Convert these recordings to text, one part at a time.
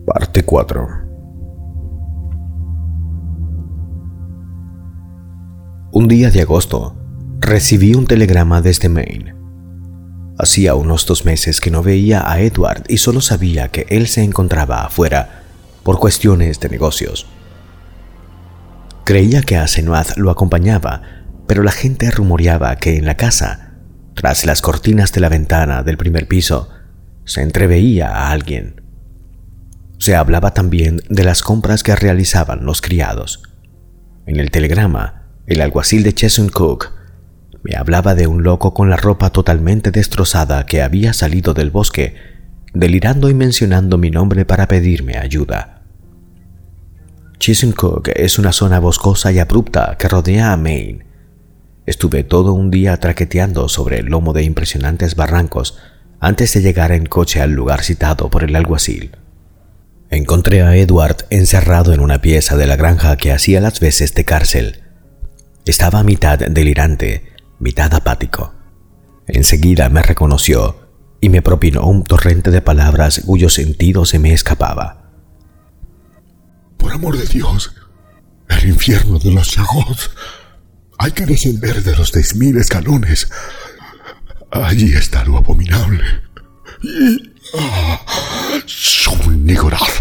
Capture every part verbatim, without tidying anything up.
Parte cuatro. Un día de agosto, recibí un telegrama desde Maine. Hacía unos dos meses que no veía a Edward y solo sabía que él se encontraba afuera por cuestiones de negocios. Creía que Asenath lo acompañaba, pero la gente rumoreaba que en la casa, tras las cortinas de la ventana del primer piso, se entreveía a alguien. Se hablaba también de las compras que realizaban los criados. En el telegrama, el alguacil de Chesuncook me hablaba de un loco con la ropa totalmente destrozada que había salido del bosque, delirando y mencionando mi nombre para pedirme ayuda. Chesuncook es una zona boscosa y abrupta que rodea a Maine. Estuve todo un día traqueteando sobre el lomo de impresionantes barrancos antes de llegar en coche al lugar citado por el alguacil. Encontré a Edward encerrado en una pieza de la granja que hacía las veces de cárcel. Estaba mitad delirante, mitad apático. Enseguida me reconoció y me propinó un torrente de palabras cuyo sentido se me escapaba. Por amor de Dios, el infierno de los Shahot. Hay que descender de los seis mil escalones. Allí está lo abominable. Y... Ah, Shun-Nigorath.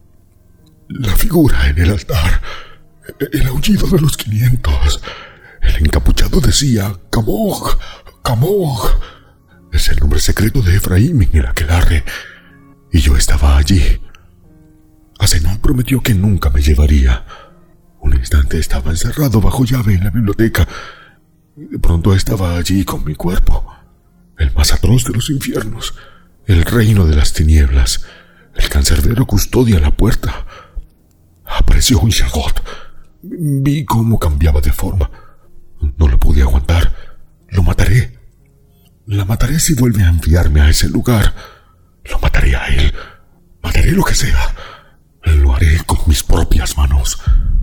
La figura en el altar. El aullido de los quinientos. El encapuchado decía Camog, Camog. Es el nombre secreto de Efraín en el aquelarre. Y yo estaba allí. Asenath prometió que nunca me llevaría. Un instante estaba encerrado bajo llave en la biblioteca. De pronto estaba allí con mi cuerpo. El más atroz de los infiernos. El reino de las tinieblas. El cancerbero custodia la puerta. Apareció un Shahot. Vi cómo cambiaba de forma. No lo pude aguantar. Lo mataré. La mataré si vuelve a enviarme a ese lugar. Lo mataré a él. Mataré lo que sea. Lo haré con mis propias manos.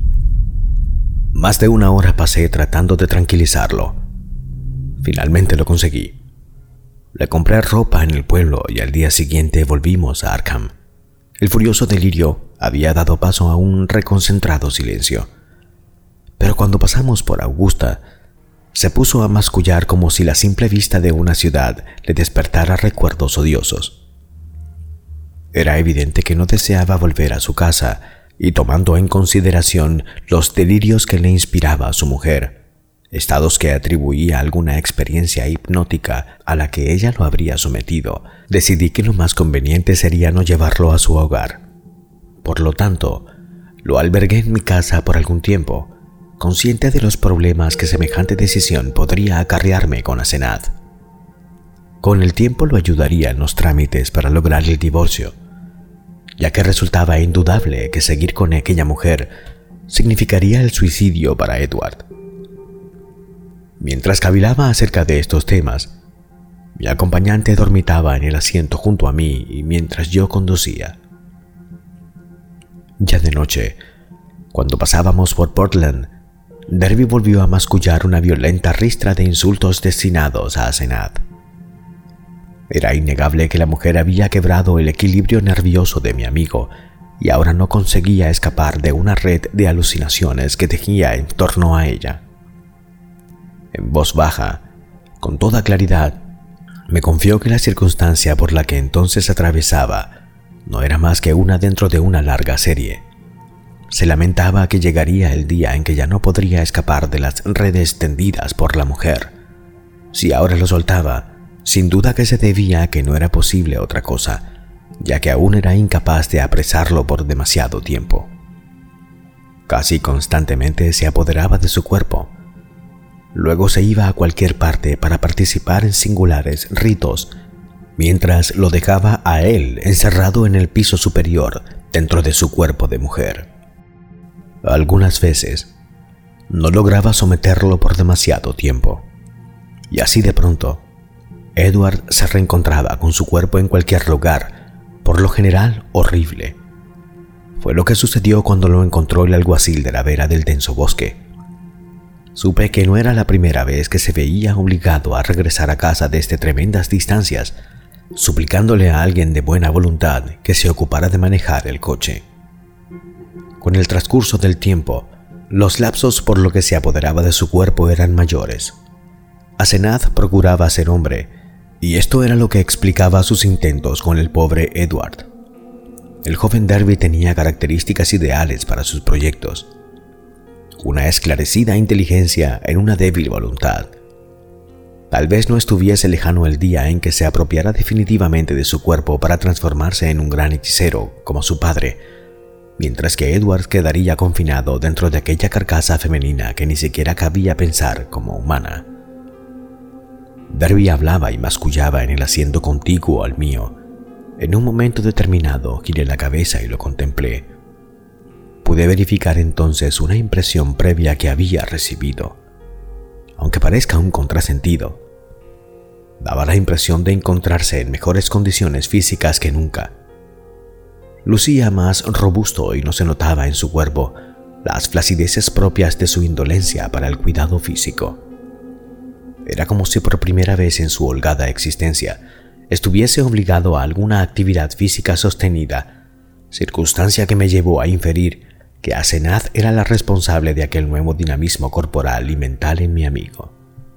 Más de una hora pasé tratando de tranquilizarlo. Finalmente lo conseguí. Le compré ropa en el pueblo y al día siguiente volvimos a Arkham. El furioso delirio había dado paso a un reconcentrado silencio. Pero cuando pasamos por Augusta, se puso a mascullar como si la simple vista de una ciudad le despertara recuerdos odiosos. Era evidente que no deseaba volver a su casa, y tomando en consideración los delirios que le inspiraba a su mujer, estados que atribuía a alguna experiencia hipnótica a la que ella lo habría sometido, decidí que lo más conveniente sería no llevarlo a su hogar. Por lo tanto, lo albergué en mi casa por algún tiempo, consciente de los problemas que semejante decisión podría acarrearme con Asenath. Con el tiempo lo ayudaría en los trámites para lograr el divorcio, ya que resultaba indudable que seguir con aquella mujer significaría el suicidio para Edward. Mientras cavilaba acerca de estos temas, mi acompañante dormitaba en el asiento junto a mí y mientras yo conducía. Ya de noche, cuando pasábamos por Portland, Derby volvió a mascullar una violenta ristra de insultos destinados a Asenath. Era innegable que la mujer había quebrado el equilibrio nervioso de mi amigo y ahora no conseguía escapar de una red de alucinaciones que tejía en torno a ella. En voz baja, con toda claridad, me confió que la circunstancia por la que entonces atravesaba no era más que una dentro de una larga serie. Se lamentaba que llegaría el día en que ya no podría escapar de las redes tendidas por la mujer. Si ahora lo soltaba, sin duda que se debía a que no era posible otra cosa, ya que aún era incapaz de apresarlo por demasiado tiempo. Casi constantemente se apoderaba de su cuerpo. Luego se iba a cualquier parte para participar en singulares ritos, mientras lo dejaba a él encerrado en el piso superior dentro de su cuerpo de mujer. Algunas veces no lograba someterlo por demasiado tiempo, y así de pronto Edward se reencontraba con su cuerpo en cualquier lugar, por lo general horrible. Fue lo que sucedió cuando lo encontró el alguacil de la vera del denso bosque. Supe que no era la primera vez que se veía obligado a regresar a casa desde tremendas distancias, suplicándole a alguien de buena voluntad que se ocupara de manejar el coche. Con el transcurso del tiempo, los lapsos por lo que se apoderaba de su cuerpo eran mayores. Asenath procuraba ser hombre, y esto era lo que explicaba sus intentos con el pobre Edward. El joven Derby tenía características ideales para sus proyectos: una esclarecida inteligencia en una débil voluntad. Tal vez no estuviese lejano el día en que se apropiara definitivamente de su cuerpo para transformarse en un gran hechicero como su padre, mientras que Edward quedaría confinado dentro de aquella carcasa femenina que ni siquiera cabía pensar como humana. Derby hablaba y mascullaba en el asiento contiguo al mío. En un momento determinado giré la cabeza y lo contemplé. Pude verificar entonces una impresión previa que había recibido. Aunque parezca un contrasentido, daba la impresión de encontrarse en mejores condiciones físicas que nunca. Lucía más robusto y no se notaba en su cuerpo las flacideces propias de su indolencia para el cuidado físico. Era como si por primera vez en su holgada existencia estuviese obligado a alguna actividad física sostenida, circunstancia que me llevó a inferir que Asenath era la responsable de aquel nuevo dinamismo corporal y mental en mi amigo.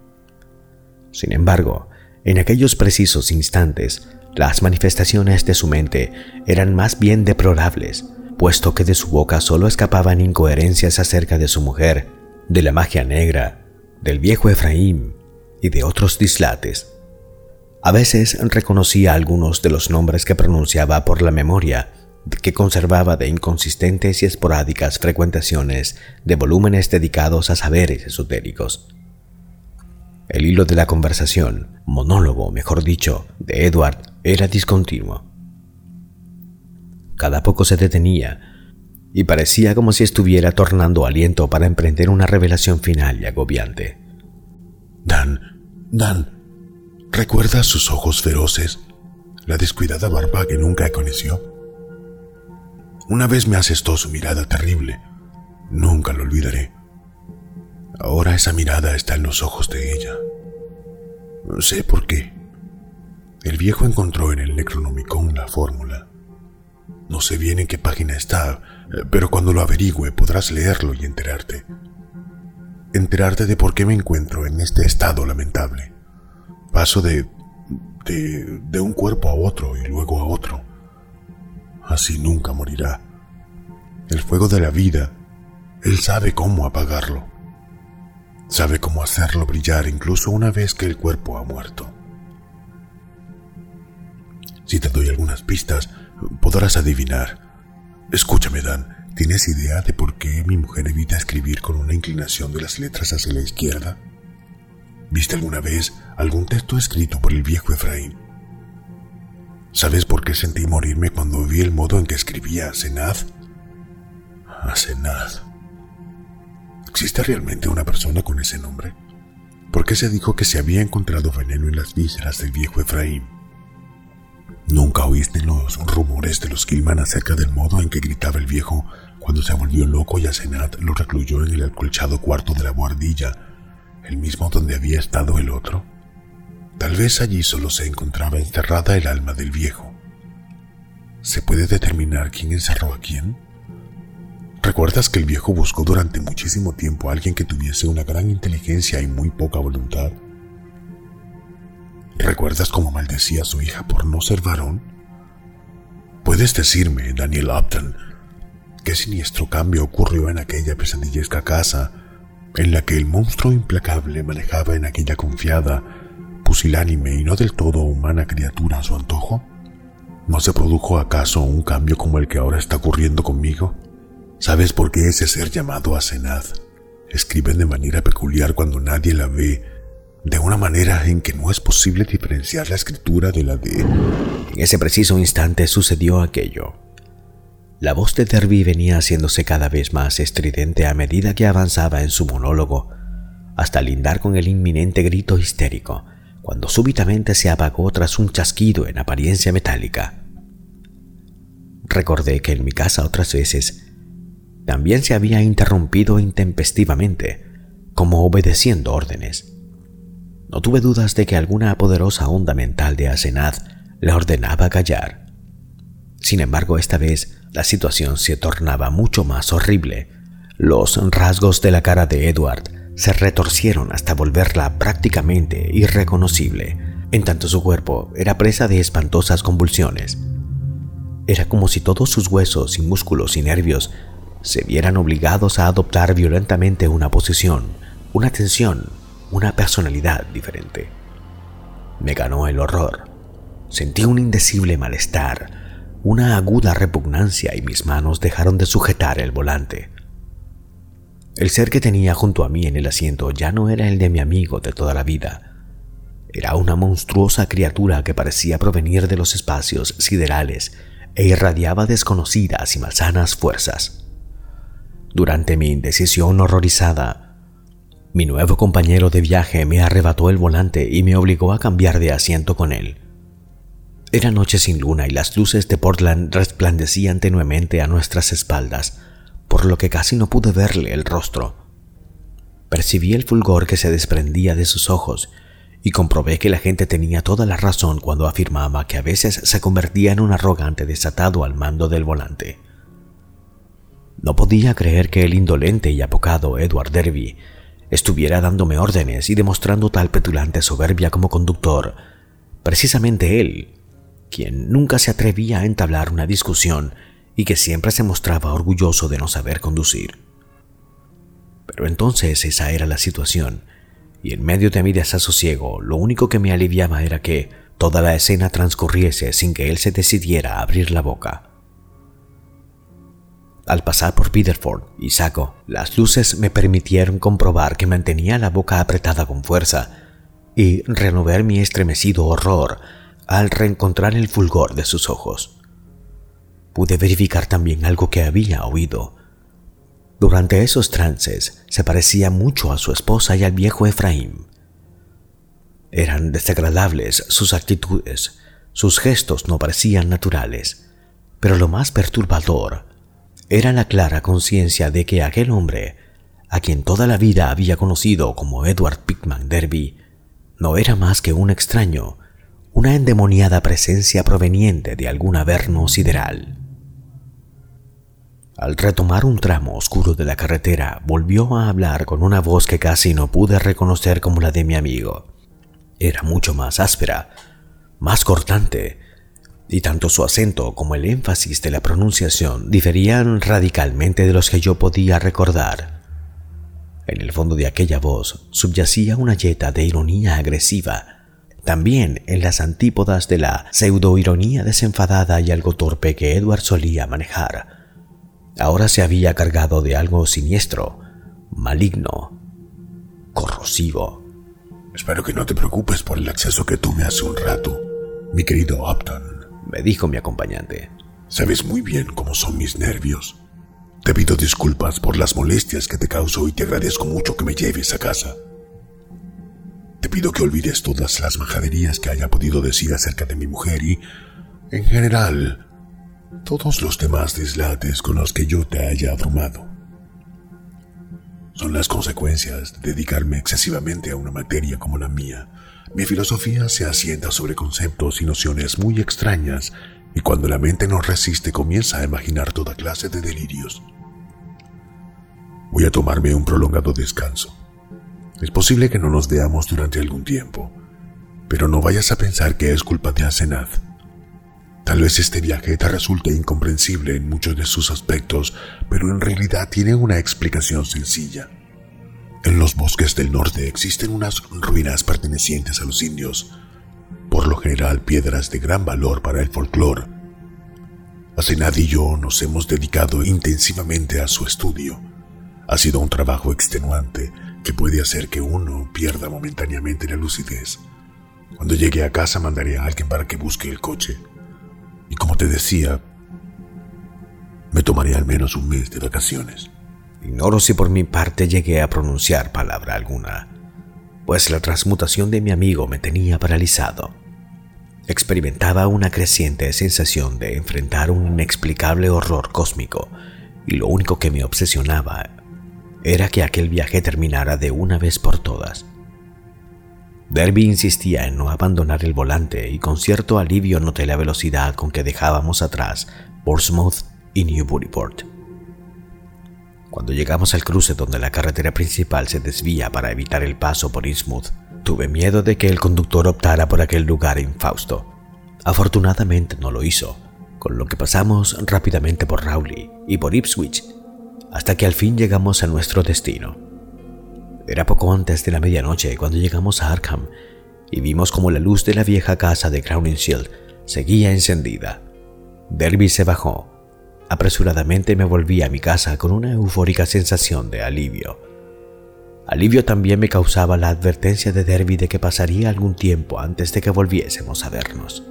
Sin embargo, en aquellos precisos instantes, las manifestaciones de su mente eran más bien deplorables, puesto que de su boca solo escapaban incoherencias acerca de su mujer, de la magia negra, del viejo Efraín y de otros dislates. A veces reconocía algunos de los nombres que pronunciaba por la memoria que conservaba de inconsistentes y esporádicas frecuentaciones de volúmenes dedicados a saberes esotéricos. El hilo de la conversación, monólogo, mejor dicho, de Edward era discontinuo. Cada poco se detenía y parecía como si estuviera tornando aliento para emprender una revelación final y agobiante. Dan, Dan, ¿recuerdas sus ojos feroces? La descuidada barba que nunca acarició. Una vez me asestó su mirada terrible. Nunca lo olvidaré. Ahora esa mirada está en los ojos de ella. No sé por qué. El viejo encontró en el Necronomicon la fórmula. No sé bien en qué página está, pero cuando lo averigüe podrás leerlo y enterarte. Enterarte de por qué me encuentro en este estado lamentable. Paso de, de, de un cuerpo a otro y luego a otro. Así nunca morirá. El fuego de la vida, él sabe cómo apagarlo. Sabe cómo hacerlo brillar incluso una vez que el cuerpo ha muerto. Si te doy algunas pistas, podrás adivinar. Escúchame, Dan, ¿tienes idea de por qué mi mujer evita escribir con una inclinación de las letras hacia la izquierda? ¿Viste alguna vez algún texto escrito por el viejo Efraín? ¿Sabes por qué sentí morirme cuando vi el modo en que escribía Asenath? Asenath. ¿Existe realmente una persona con ese nombre? ¿Por qué se dijo que se había encontrado veneno en las vísceras del viejo Efraín? ¿Nunca oíste los rumores de los Gilman acerca del modo en que gritaba el viejo cuando se volvió loco y Asenath lo recluyó en el acolchado cuarto de la buhardilla, el mismo donde había estado el otro? Tal vez allí solo se encontraba enterrada el alma del viejo. ¿Se puede determinar quién encerró a quién? ¿Recuerdas que el viejo buscó durante muchísimo tiempo a alguien que tuviese una gran inteligencia y muy poca voluntad? ¿Recuerdas cómo maldecía a su hija por no ser varón? ¿Puedes decirme, Daniel Upton, qué siniestro cambio ocurrió en aquella pesadillesca casa en la que el monstruo implacable manejaba en aquella confiada, pusilánime y no del todo humana criatura a su antojo? ¿No se produjo acaso un cambio como el que ahora está ocurriendo conmigo? ¿Sabes por qué ese ser llamado Asenath escribe de manera peculiar cuando nadie la ve, de una manera en que no es posible diferenciar la escritura de la de... En ese preciso instante sucedió aquello. La voz de Derby venía haciéndose cada vez más estridente a medida que avanzaba en su monólogo, hasta lindar con el inminente grito histérico, cuando súbitamente se apagó tras un chasquido en apariencia metálica. Recordé que en mi casa otras veces también se había interrumpido intempestivamente, como obedeciendo órdenes. No tuve dudas de que alguna poderosa onda mental de Asenath le ordenaba callar. Sin embargo, esta vez la situación se tornaba mucho más horrible. Los rasgos de la cara de Edward se retorcieron hasta volverla prácticamente irreconocible, en tanto su cuerpo era presa de espantosas convulsiones. Era como si todos sus huesos y músculos y nervios se vieran obligados a adoptar violentamente una posición, una tensión, una personalidad diferente. Me ganó el horror. Sentí un indecible malestar, una aguda repugnancia y mis manos dejaron de sujetar el volante. El ser que tenía junto a mí en el asiento ya no era el de mi amigo de toda la vida. Era una monstruosa criatura que parecía provenir de los espacios siderales e irradiaba desconocidas y malsanas fuerzas. Durante mi indecisión horrorizada, mi nuevo compañero de viaje me arrebató el volante y me obligó a cambiar de asiento con él. Era noche sin luna y las luces de Portland resplandecían tenuemente a nuestras espaldas, por lo que casi no pude verle el rostro. Percibí el fulgor que se desprendía de sus ojos y comprobé que la gente tenía toda la razón cuando afirmaba que a veces se convertía en un arrogante desatado al mando del volante. No podía creer que el indolente y apocado Edward Derby estuviera dándome órdenes y demostrando tal petulante soberbia como conductor. Precisamente él, quien nunca se atrevía a entablar una discusión y que siempre se mostraba orgulloso de no saber conducir. Pero entonces esa era la situación, y en medio de mi desasosiego lo único que me aliviaba era que toda la escena transcurriese sin que él se decidiera a abrir la boca. Al pasar por Biddeford y Saco, las luces me permitieron comprobar que mantenía la boca apretada con fuerza y renovar mi estremecido horror al reencontrar el fulgor de sus ojos. Pude verificar también algo que había oído. Durante esos trances se parecía mucho a su esposa y al viejo Efraín. Eran desagradables sus actitudes, sus gestos no parecían naturales, pero lo más perturbador era la clara conciencia de que aquel hombre, a quien toda la vida había conocido como Edward Pickman Derby, no era más que un extraño, una endemoniada presencia proveniente de algún averno sideral. Al retomar un tramo oscuro de la carretera, volvió a hablar con una voz que casi no pude reconocer como la de mi amigo. Era mucho más áspera, más cortante, y tanto su acento como el énfasis de la pronunciación diferían radicalmente de los que yo podía recordar. En el fondo de aquella voz subyacía una yeta de ironía agresiva, también en las antípodas de la pseudoironía desenfadada y algo torpe que Edward solía manejar. Ahora se había cargado de algo siniestro, maligno, corrosivo. Espero que no te preocupes por el acceso que tuve hace un rato, mi querido Upton, me dijo mi acompañante. Sabes muy bien cómo son mis nervios. Te pido disculpas por las molestias que te causo y te agradezco mucho que me lleves a casa. Te pido que olvides todas las majaderías que haya podido decir acerca de mi mujer y, en general, todos los demás dislates con los que yo te haya abrumado. Son las consecuencias de dedicarme excesivamente a una materia como la mía. Mi filosofía se asienta sobre conceptos y nociones muy extrañas, y cuando la mente no resiste comienza a imaginar toda clase de delirios. Voy a tomarme un prolongado descanso. Es posible que no nos veamos durante algún tiempo, pero no vayas a pensar que es culpa de Asenath. Tal vez este viaje te resulte incomprensible en muchos de sus aspectos, pero en realidad tiene una explicación sencilla. En los bosques del norte existen unas ruinas pertenecientes a los indios, por lo general piedras de gran valor para el folclore. Asenath y yo nos hemos dedicado intensivamente a su estudio. Ha sido un trabajo extenuante que puede hacer que uno pierda momentáneamente la lucidez. Cuando llegue a casa mandaré a alguien para que busque el coche. Y como te decía, me tomaré al menos un mes de vacaciones. Ignoro si por mi parte llegué a pronunciar palabra alguna, pues la transmutación de mi amigo me tenía paralizado. Experimentaba una creciente sensación de enfrentar un inexplicable horror cósmico, y lo único que me obsesionaba era que aquel viaje terminara de una vez por todas. Derby insistía en no abandonar el volante y con cierto alivio noté la velocidad con que dejábamos atrás Portsmouth y Newburyport. Cuando llegamos al cruce donde la carretera principal se desvía para evitar el paso por Innsmouth, tuve miedo de que el conductor optara por aquel lugar infausto. Afortunadamente no lo hizo, con lo que pasamos rápidamente por Rowley y por Ipswich, hasta que al fin llegamos a nuestro destino. Era poco antes de la medianoche cuando llegamos a Arkham y vimos como la luz de la vieja casa de Crowninshield seguía encendida. Derby se bajó. Apresuradamente me volví a mi casa con una eufórica sensación de alivio. Alivio también me causaba la advertencia de Derby de que pasaría algún tiempo antes de que volviésemos a vernos.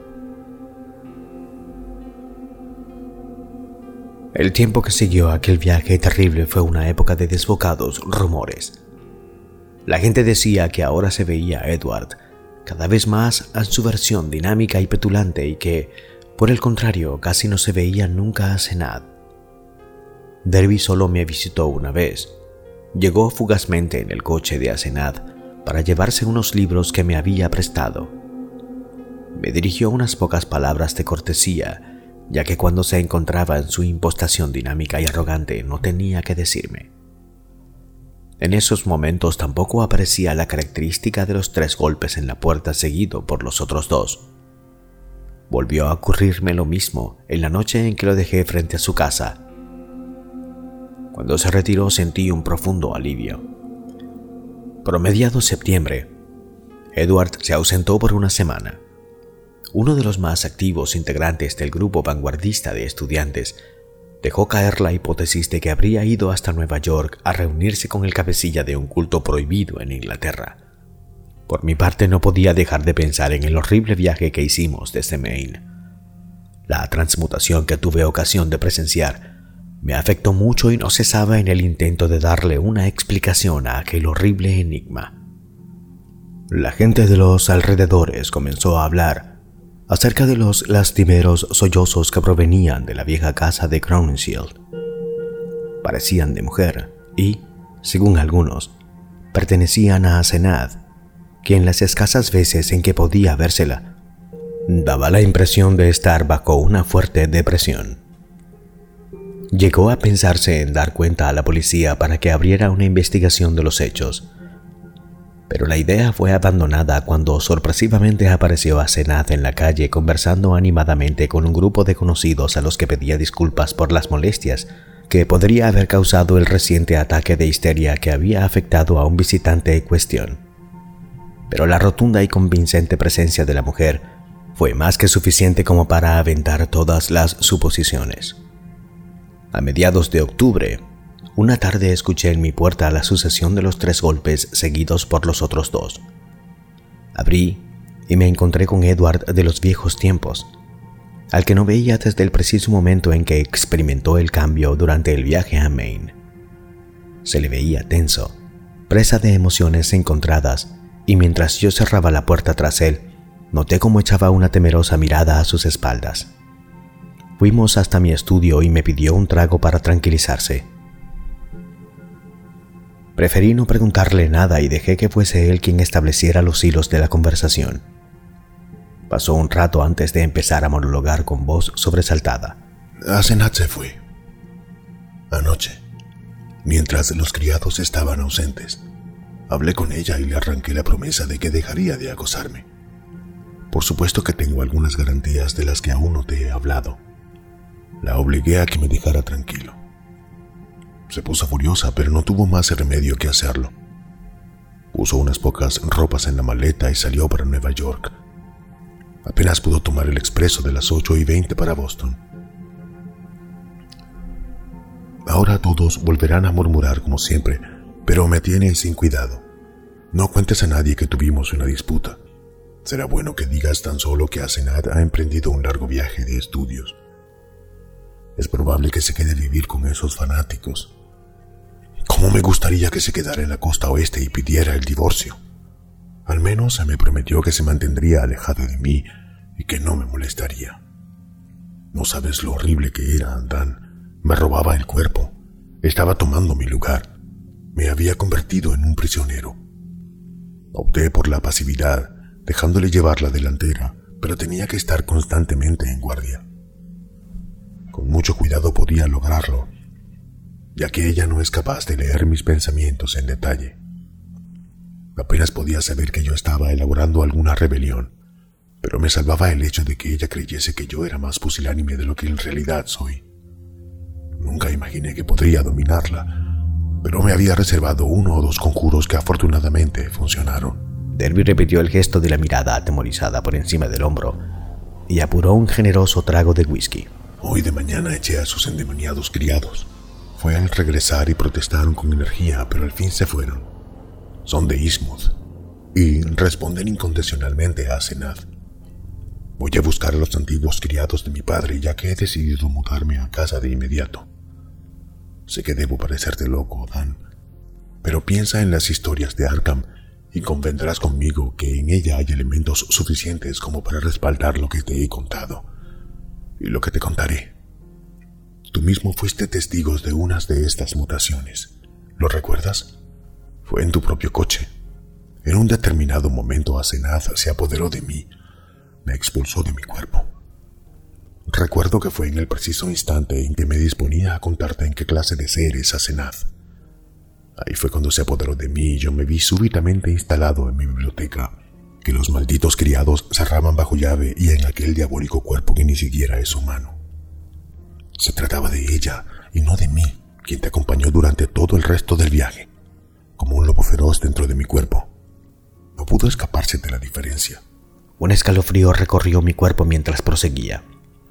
El tiempo que siguió a aquel viaje terrible fue una época de desbocados rumores. La gente decía que ahora se veía a Edward cada vez más en su versión dinámica y petulante y que, por el contrario, casi no se veía nunca a Senad. Derby solo me visitó una vez. Llegó fugazmente en el coche de Asenad para llevarse unos libros que me había prestado. Me dirigió unas pocas palabras de cortesía, ya que cuando se encontraba en su impostación dinámica y arrogante no tenía que decirme. En esos momentos tampoco aparecía la característica de los tres golpes en la puerta seguido por los otros dos. Volvió a ocurrirme lo mismo en la noche en que lo dejé frente a su casa. Cuando se retiró sentí un profundo alivio. Promediado septiembre, Edward se ausentó por una semana. Uno de los más activos integrantes del grupo vanguardista de estudiantes dejó caer la hipótesis de que habría ido hasta Nueva York a reunirse con el cabecilla de un culto prohibido en Inglaterra. Por mi parte no podía dejar de pensar en el horrible viaje que hicimos desde Maine. La transmutación que tuve ocasión de presenciar me afectó mucho y no cesaba en el intento de darle una explicación a aquel horrible enigma. La gente de los alrededores comenzó a hablar acerca de los lastimeros sollozos que provenían de la vieja casa de Crowninshield. Parecían de mujer y, según algunos, pertenecían a Asenad, que en las escasas veces en que podía vérsela, daba la impresión de estar bajo una fuerte depresión. Llegó a pensarse en dar cuenta a la policía para que abriera una investigación de los hechos, pero la idea fue abandonada cuando sorpresivamente apareció Asenad en la calle conversando animadamente con un grupo de conocidos a los que pedía disculpas por las molestias que podría haber causado el reciente ataque de histeria que había afectado a un visitante en cuestión. Pero la rotunda y convincente presencia de la mujer fue más que suficiente como para aventar todas las suposiciones. A mediados de octubre, una tarde escuché en mi puerta la sucesión de los tres golpes seguidos por los otros dos. Abrí y me encontré con Edward de los viejos tiempos, al que no veía desde el preciso momento en que experimentó el cambio durante el viaje a Maine. Se le veía tenso, presa de emociones encontradas, y mientras yo cerraba la puerta tras él, noté cómo echaba una temerosa mirada a sus espaldas. Fuimos hasta mi estudio y me pidió un trago para tranquilizarse. Preferí no preguntarle nada y dejé que fuese él quien estableciera los hilos de la conversación. Pasó un rato antes de empezar a monologar con voz sobresaltada. Asenad se fue. Anoche, mientras los criados estaban ausentes, hablé con ella y le arranqué la promesa de que dejaría de acosarme. Por supuesto que tengo algunas garantías de las que aún no te he hablado. La obligué a que me dejara tranquilo. Se puso furiosa, pero no tuvo más remedio que hacerlo. Puso unas pocas ropas en la maleta y salió para Nueva York. Apenas pudo tomar el expreso de las ocho y veinte para Boston. Ahora todos volverán a murmurar como siempre, pero me tienen sin cuidado. No cuentes a nadie que tuvimos una disputa. Será bueno que digas tan solo que Asenad ha emprendido un largo viaje de estudios. Es probable que se quede a vivir con esos fanáticos. ¿Cómo me gustaría que se quedara en la costa oeste y pidiera el divorcio? Al menos me prometió que se mantendría alejado de mí y que no me molestaría. No sabes lo horrible que era, Dan. Me robaba el cuerpo. Estaba tomando mi lugar. Me había convertido en un prisionero. Opté por la pasividad, dejándole llevar la delantera, pero tenía que estar constantemente en guardia. Con mucho cuidado podía lograrlo, ya que ella no es capaz de leer mis pensamientos en detalle. Apenas podía saber que yo estaba elaborando alguna rebelión, pero me salvaba el hecho de que ella creyese que yo era más pusilánime de lo que en realidad soy. Nunca imaginé que podría dominarla, pero me había reservado uno o dos conjuros que afortunadamente funcionaron. Derby repitió el gesto de la mirada atemorizada por encima del hombro y apuró un generoso trago de whisky. Hoy de mañana eché a sus endemoniados criados. Fue al regresar y protestaron con energía, pero al fin se fueron. Son de Eastmouth y responden incondicionalmente a Asenath. Voy a buscar a los antiguos criados de mi padre, ya que he decidido mudarme a casa de inmediato. Sé que debo parecerte loco, Dan, pero piensa en las historias de Arkham y convendrás conmigo que en ella hay elementos suficientes como para respaldar lo que te he contado y lo que te contaré. Tú mismo fuiste testigo de unas de estas mutaciones. ¿Lo recuerdas? Fue en tu propio coche. En un determinado momento Asenath se apoderó de mí, me expulsó de mi cuerpo. Recuerdo que fue en el preciso instante en que me disponía a contarte en qué clase de ser es Asenath. Ahí fue cuando se apoderó de mí y yo me vi súbitamente instalado en mi biblioteca, que los malditos criados cerraban bajo llave y en aquel diabólico cuerpo que ni siquiera es humano. Se trataba de ella y no de mí, quien te acompañó durante todo el resto del viaje, como un lobo feroz dentro de mi cuerpo. No pudo escaparse de la diferencia. Un escalofrío recorrió mi cuerpo mientras proseguía.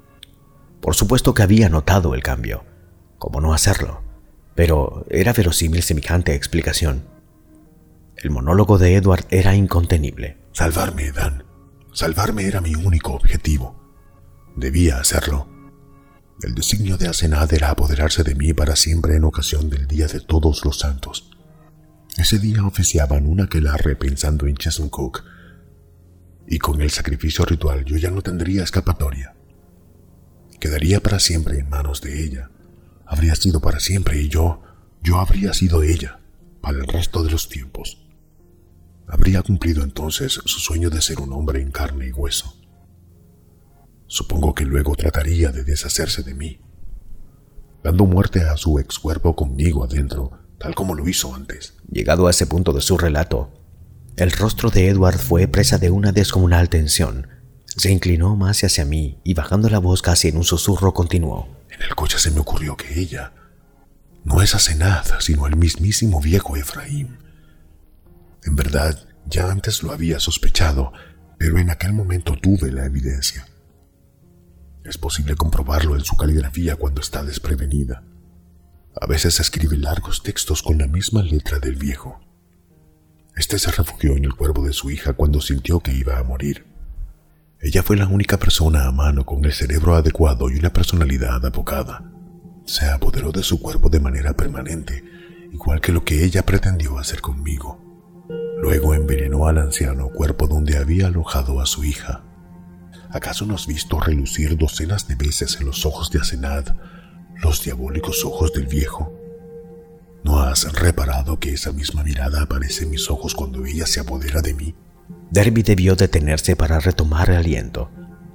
Por supuesto que había notado el cambio. ¿Cómo no hacerlo? Pero era verosímil semejante explicación. El monólogo de Edward era incontenible. Salvarme, Dan. Salvarme era mi único objetivo. Debía hacerlo. El designio de Asenath era apoderarse de mí para siempre en ocasión del Día de Todos los Santos. Ese día oficiaban un aquelarre pensando en Chesncook, y con el sacrificio ritual yo ya no tendría escapatoria. Quedaría para siempre en manos de ella. Habría sido para siempre y yo, yo habría sido ella, para el resto de los tiempos. Habría cumplido entonces su sueño de ser un hombre en carne y hueso. Supongo que luego trataría de deshacerse de mí, dando muerte a su ex cuerpo conmigo adentro, tal como lo hizo antes. Llegado a ese punto de su relato, el rostro de Edward fue presa de una descomunal tensión. Se inclinó más hacia mí y bajando la voz casi en un susurro continuó. En el coche se me ocurrió que ella no es Asenath, sino el mismísimo viejo Efraín. En verdad, ya antes lo había sospechado, pero en aquel momento tuve la evidencia. Es posible comprobarlo en su caligrafía cuando está desprevenida. A veces escribe largos textos con la misma letra del viejo. Este se refugió en el cuerpo de su hija cuando sintió que iba a morir. Ella fue la única persona a mano con el cerebro adecuado y una personalidad apocada. Se apoderó de su cuerpo de manera permanente, igual que lo que ella pretendió hacer conmigo. Luego envenenó al anciano cuerpo donde había alojado a su hija. ¿Acaso no has visto relucir docenas de veces en los ojos de Asenath los diabólicos ojos del viejo? ¿No has reparado que esa misma mirada aparece en mis ojos cuando ella se apodera de mí? Derby debió detenerse para retomar el aliento.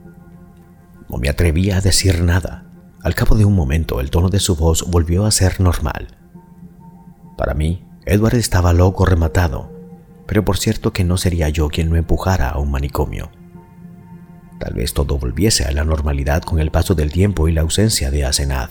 No me atrevía a decir nada. Al cabo de un momento, el tono de su voz volvió a ser normal. Para mí, Edward estaba loco rematado, pero por cierto que no sería yo quien lo empujara a un manicomio. Tal vez todo volviese a la normalidad con el paso del tiempo y la ausencia de Asenath.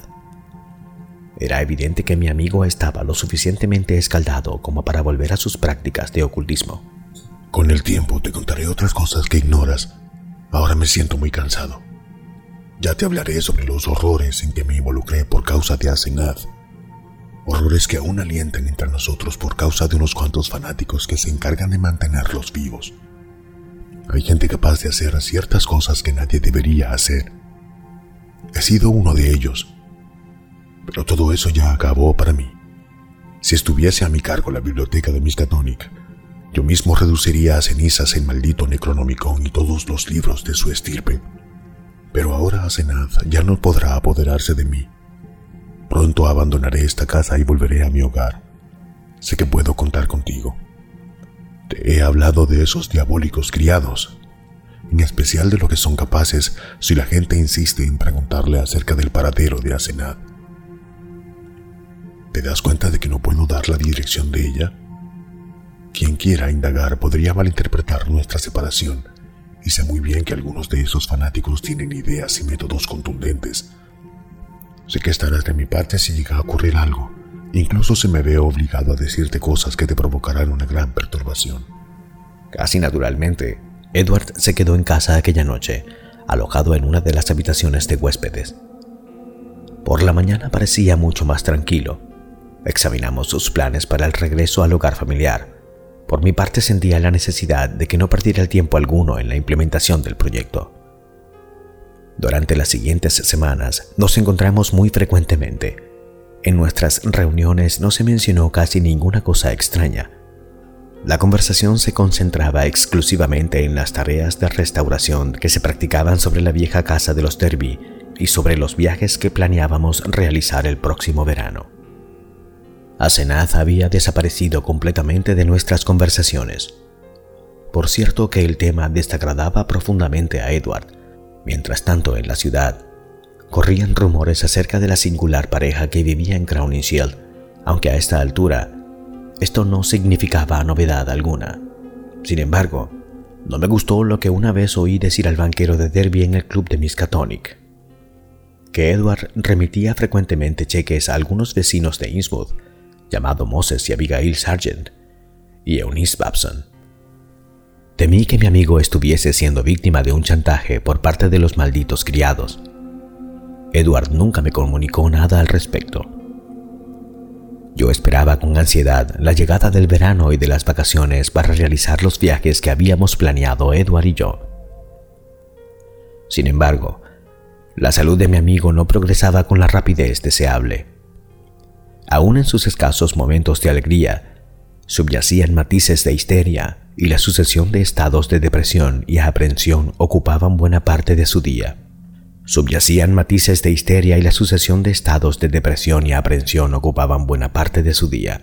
Era evidente que mi amigo estaba lo suficientemente escaldado como para volver a sus prácticas de ocultismo. Con el tiempo te contaré otras cosas que ignoras. Ahora me siento muy cansado. Ya te hablaré sobre los horrores en que me involucré por causa de Asenath. Horrores que aún alientan entre nosotros por causa de unos cuantos fanáticos que se encargan de mantenerlos vivos. Hay gente capaz de hacer ciertas cosas que nadie debería hacer. He sido uno de ellos. Pero todo eso ya acabó para mí. Si estuviese a mi cargo la biblioteca de Miskatonic, yo mismo reduciría a cenizas el maldito Necronomicon y todos los libros de su estirpe. Pero ahora Asenath ya no podrá apoderarse de mí. Pronto abandonaré esta casa y volveré a mi hogar. Sé que puedo contar contigo. Te he hablado de esos diabólicos criados, en especial de lo que son capaces si la gente insiste en preguntarle acerca del paradero de Asenath. ¿Te das cuenta de que no puedo dar la dirección de ella? Quien quiera indagar podría malinterpretar nuestra separación, y sé muy bien que algunos de esos fanáticos tienen ideas y métodos contundentes. Sé que estarás de mi parte si llega a ocurrir algo. Incluso se me ve obligado a decirte cosas que te provocarán una gran perturbación. Casi naturalmente, Edward se quedó en casa aquella noche, alojado en una de las habitaciones de huéspedes. Por la mañana parecía mucho más tranquilo. Examinamos sus planes para el regreso al hogar familiar. Por mi parte sentía la necesidad de que no perdiera el tiempo alguno en la implementación del proyecto. Durante las siguientes semanas nos encontramos muy frecuentemente. En nuestras reuniones no se mencionó casi ninguna cosa extraña. La conversación se concentraba exclusivamente en las tareas de restauración que se practicaban sobre la vieja casa de los Derby y sobre los viajes que planeábamos realizar el próximo verano. Asenath había desaparecido completamente de nuestras conversaciones. Por cierto que el tema desagradaba profundamente a Edward. Mientras tanto, en la ciudad, corrían rumores acerca de la singular pareja que vivía en Crowninshield, aunque a esta altura esto no significaba novedad alguna. Sin embargo, no me gustó lo que una vez oí decir al banquero de Derby en el club de Miskatonic, que Edward remitía frecuentemente cheques a algunos vecinos de Innsmouth, llamado Moses y Abigail Sargent, y Eunice Babson. Temí que mi amigo estuviese siendo víctima de un chantaje por parte de los malditos criados. Edward nunca me comunicó nada al respecto. Yo esperaba con ansiedad la llegada del verano y de las vacaciones para realizar los viajes que habíamos planeado Edward y yo. Sin embargo, la salud de mi amigo no progresaba con la rapidez deseable. Aún en sus escasos momentos de alegría, subyacían matices de histeria y la sucesión de estados de depresión y aprensión ocupaban buena parte de su día. Subyacían matices de histeria y la sucesión de estados de depresión y aprensión ocupaban buena parte de su día.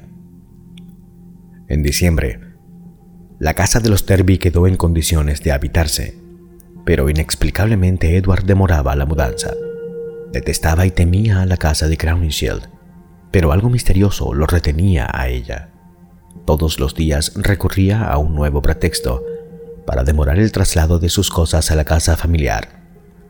En diciembre, la casa de los Derby quedó en condiciones de habitarse, pero inexplicablemente Edward demoraba la mudanza. Detestaba y temía a la casa de Crowninshield, pero algo misterioso lo retenía a ella. Todos los días recurría a un nuevo pretexto para demorar el traslado de sus cosas a la casa familiar.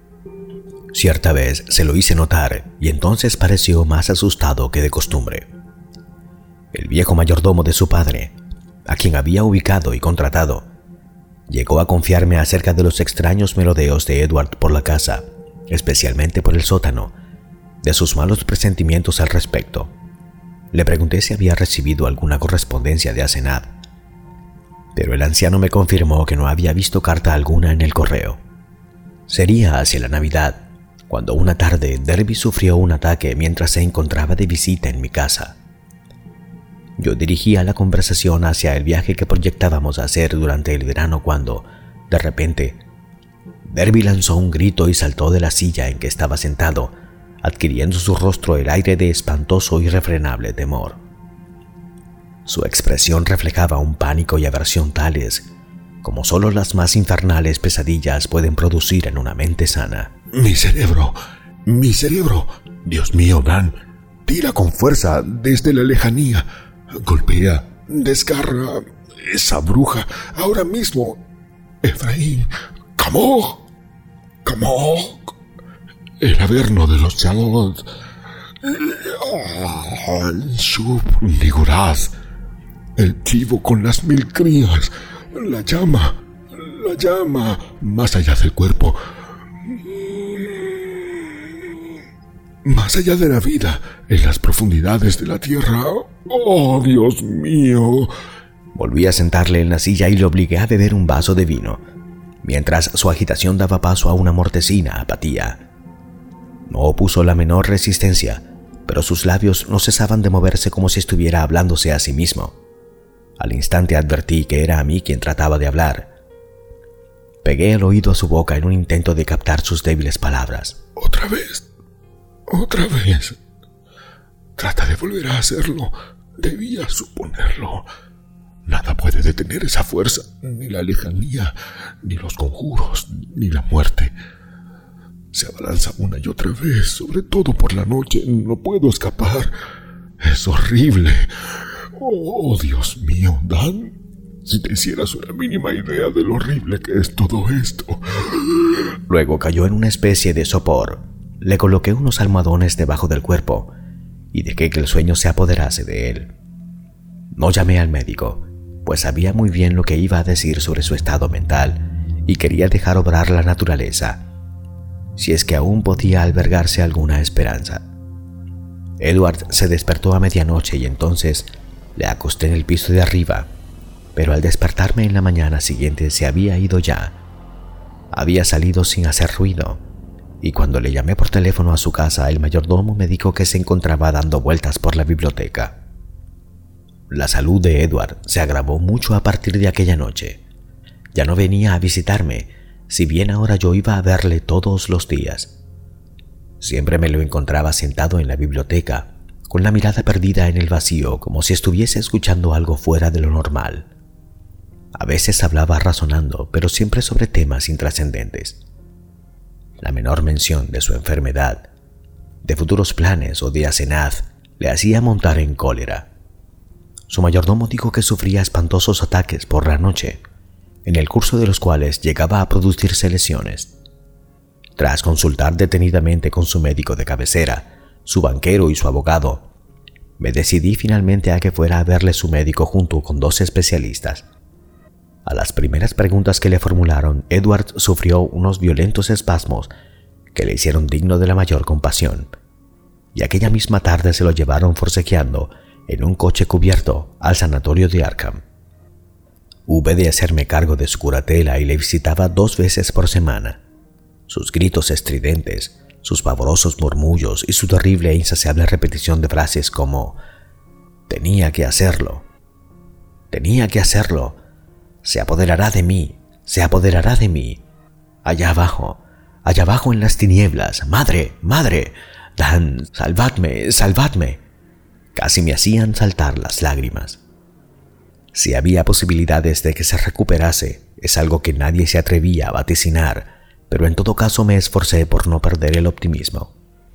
Cierta vez se lo hice notar y entonces pareció más asustado que de costumbre. El viejo mayordomo de su padre, a quien había ubicado y contratado, llegó a confiarme acerca de los extraños merodeos de Edward por la casa, especialmente por el sótano, de sus malos presentimientos al respecto. Le pregunté si había recibido alguna correspondencia de Asenath, pero el anciano me confirmó que no había visto carta alguna en el correo. Sería hacia la Navidad, cuando una tarde Derby sufrió un ataque mientras se encontraba de visita en mi casa. Yo dirigía la conversación hacia el viaje que proyectábamos hacer durante el verano cuando, de repente, Derby lanzó un grito y saltó de la silla en que estaba sentado, adquiriendo su rostro el aire de espantoso y irrefrenable temor. Su expresión reflejaba un pánico y aversión tales como solo las más infernales pesadillas pueden producir en una mente sana. Mi cerebro, mi cerebro, Dios mío, Dan, tira con fuerza desde la lejanía, golpea, desgarra esa bruja ahora mismo. Efraín, Camog, Camog, el averno de los Chagot, el Shub Niguraz, el chivo con las mil crías, la llama, la llama más allá del cuerpo, más allá de la vida, en las profundidades de la tierra. ¡Oh, Dios mío! Volví a sentarle en la silla y le obligué a beber un vaso de vino, mientras su agitación daba paso a una mortecina apatía. No opuso la menor resistencia, pero sus labios no cesaban de moverse como si estuviera hablándose a sí mismo. Al instante advertí que era a mí quien trataba de hablar. Pegué el oído a su boca en un intento de captar sus débiles palabras. Otra vez, otra vez. Trata de volver a hacerlo. Debía suponerlo. Nada puede detener esa fuerza, ni la lejanía, ni los conjuros, ni la muerte. Se abalanza una y otra vez, sobre todo por la noche. No puedo escapar. Es horrible. Oh, Dios mío, Dan, si te hicieras una mínima idea de lo horrible que es todo esto. Luego cayó en una especie de sopor. Le coloqué unos almohadones debajo del cuerpo y dejé que el sueño se apoderase de él. No llamé al médico, pues sabía muy bien lo que iba a decir sobre su estado mental y quería dejar obrar la naturaleza, si es que aún podía albergarse alguna esperanza. Edward se despertó a medianoche y entonces le acosté en el piso de arriba, pero al despertarme en la mañana siguiente se había ido ya. Había salido sin hacer ruido, y cuando le llamé por teléfono a su casa, el mayordomo me dijo que se encontraba dando vueltas por la biblioteca. La salud de Edward se agravó mucho a partir de aquella noche. Ya no venía a visitarme, si bien ahora yo iba a verle todos los días. Siempre me lo encontraba sentado en la biblioteca, con la mirada perdida en el vacío, como si estuviese escuchando algo fuera de lo normal. A veces hablaba razonando, pero siempre sobre temas intrascendentes. La menor mención de su enfermedad, de futuros planes o de Asenath le hacía montar en cólera. Su mayordomo dijo que sufría espantosos ataques por la noche, en el curso de los cuales llegaba a producirse lesiones. Tras consultar detenidamente con su médico de cabecera, su banquero y su abogado, me decidí finalmente a que fuera a verle su médico junto con dos especialistas. A las primeras preguntas que le formularon, Edward sufrió unos violentos espasmos que le hicieron digno de la mayor compasión, y aquella misma tarde se lo llevaron forcejeando en un coche cubierto al sanatorio de Arkham. Hube de hacerme cargo de su curatela y le visitaba dos veces por semana. Sus gritos estridentes, sus pavorosos murmullos y su terrible e insaciable repetición de frases como «tenía que hacerlo, tenía que hacerlo», «se apoderará de mí, se apoderará de mí», «allá abajo, allá abajo en las tinieblas, madre, madre, Dan, salvadme, salvadme», casi me hacían saltar las lágrimas. Si había posibilidades de que se recuperase, es algo que nadie se atrevía a vaticinar, pero en todo caso me esforcé por no perder el optimismo.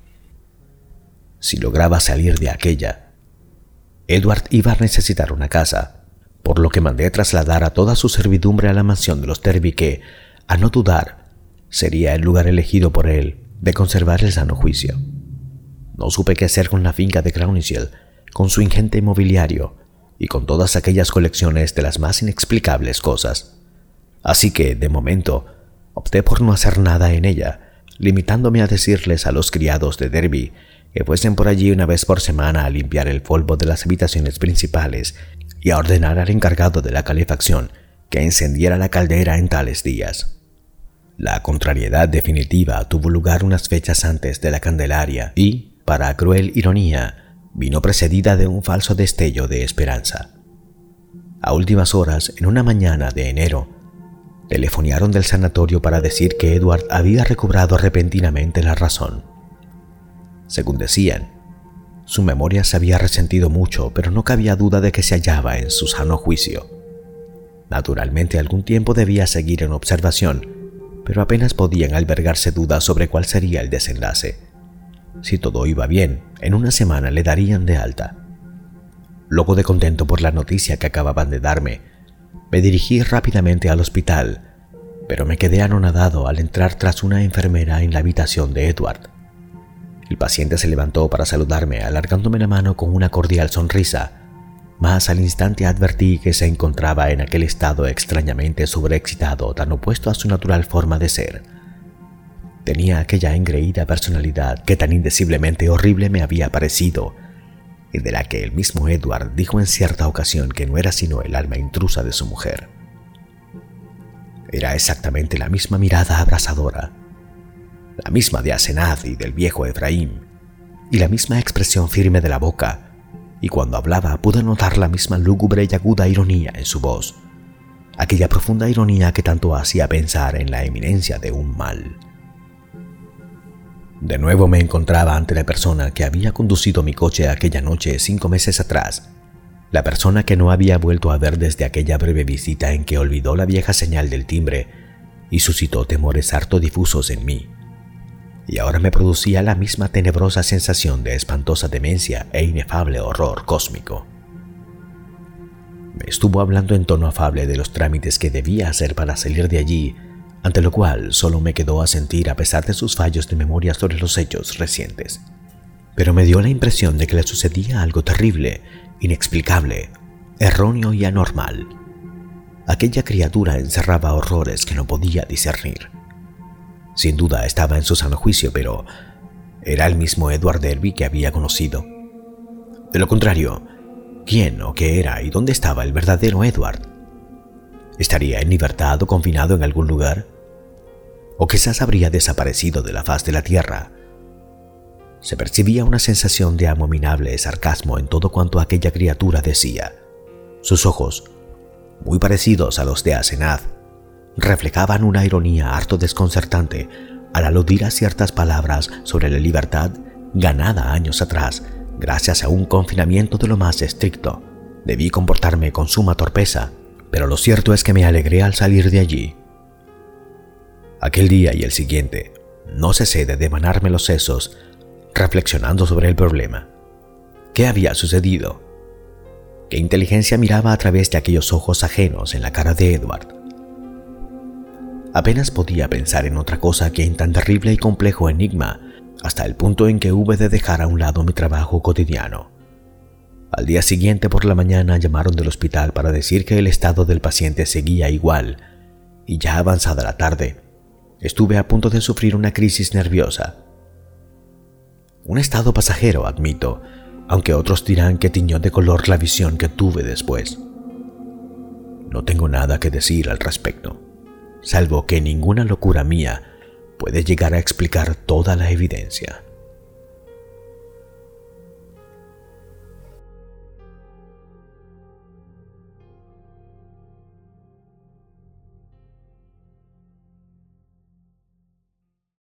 Si lograba salir de aquella, Edward iba a necesitar una casa, por lo que mandé trasladar a toda su servidumbre a la mansión de los Derby, que, a no dudar, sería el lugar elegido por él de conservar el sano juicio. No supe qué hacer con la finca de Crowninshield, con su ingente mobiliario y con todas aquellas colecciones de las más inexplicables cosas. Así que, de momento, opté por no hacer nada en ella, limitándome a decirles a los criados de Derby que fuesen por allí una vez por semana a limpiar el polvo de las habitaciones principales y a ordenar al encargado de la calefacción que encendiera la caldera en tales días. La contrariedad definitiva tuvo lugar unas fechas antes de la Candelaria y, para cruel ironía, vino precedida de un falso destello de esperanza. A últimas horas, en una mañana de enero, telefonearon del sanatorio para decir que Edward había recobrado repentinamente la razón. Según decían, su memoria se había resentido mucho, pero no cabía duda de que se hallaba en su sano juicio. Naturalmente, algún tiempo debía seguir en observación, pero apenas podían albergarse dudas sobre cuál sería el desenlace. Si todo iba bien, en una semana le darían de alta. Loco de contento por la noticia que acababan de darme, me dirigí rápidamente al hospital, pero me quedé anonadado al entrar tras una enfermera en la habitación de Edward. El paciente se levantó para saludarme, alargándome la mano con una cordial sonrisa, mas al instante advertí que se encontraba en aquel estado extrañamente sobreexcitado, tan opuesto a su natural forma de ser. Tenía aquella engreída personalidad que tan indeciblemente horrible me había parecido, y de la que el mismo Edward dijo en cierta ocasión que no era sino el alma intrusa de su mujer. Era exactamente la misma mirada abrasadora, la misma de Asenath y del viejo Efraín, y la misma expresión firme de la boca, y cuando hablaba pude notar la misma lúgubre y aguda ironía en su voz, aquella profunda ironía que tanto hacía pensar en la eminencia de un mal. De nuevo me encontraba ante la persona que había conducido mi coche aquella noche cinco meses atrás, La persona que no había vuelto a ver desde aquella breve visita en que olvidó la vieja señal del timbre y suscitó temores harto difusos en mí, y ahora me producía la misma tenebrosa sensación de espantosa demencia e inefable horror cósmico. Me estuvo hablando en tono afable de los trámites que debía hacer para salir de allí, ante lo cual solo me quedó asentir a pesar de sus fallos de memoria sobre los hechos recientes. Pero me dio la impresión de que le sucedía algo terrible, inexplicable, erróneo y anormal. Aquella criatura encerraba horrores que no podía discernir. Sin duda estaba en su sano juicio, pero ¿era el mismo Edward Derby que había conocido? De lo contrario, ¿quién o qué era y dónde estaba el verdadero Edward? ¿Estaría en libertad o confinado en algún lugar? ¿O quizás habría desaparecido de la faz de la tierra? Se percibía una sensación de abominable sarcasmo en todo cuanto aquella criatura decía. Sus ojos, muy parecidos a los de Asenath, reflejaban una ironía harto desconcertante al aludir a ciertas palabras sobre la libertad ganada años atrás gracias a un confinamiento de lo más estricto. Debí comportarme con suma torpeza, pero lo cierto es que me alegré al salir de allí. Aquel día y el siguiente no cesé de devanarme los sesos reflexionando sobre el problema. ¿Qué había sucedido? ¿Qué inteligencia miraba a través de aquellos ojos ajenos en la cara de Edward? Apenas podía pensar en otra cosa que en tan terrible y complejo enigma, hasta el punto en que hube de dejar a un lado mi trabajo cotidiano. Al día siguiente por la mañana llamaron del hospital para decir que el estado del paciente seguía igual, y ya avanzada la tarde, estuve a punto de sufrir una crisis nerviosa. Un estado pasajero, admito, aunque otros dirán que tiñó de color la visión que tuve después. No tengo nada que decir al respecto, salvo que ninguna locura mía puede llegar a explicar toda la evidencia.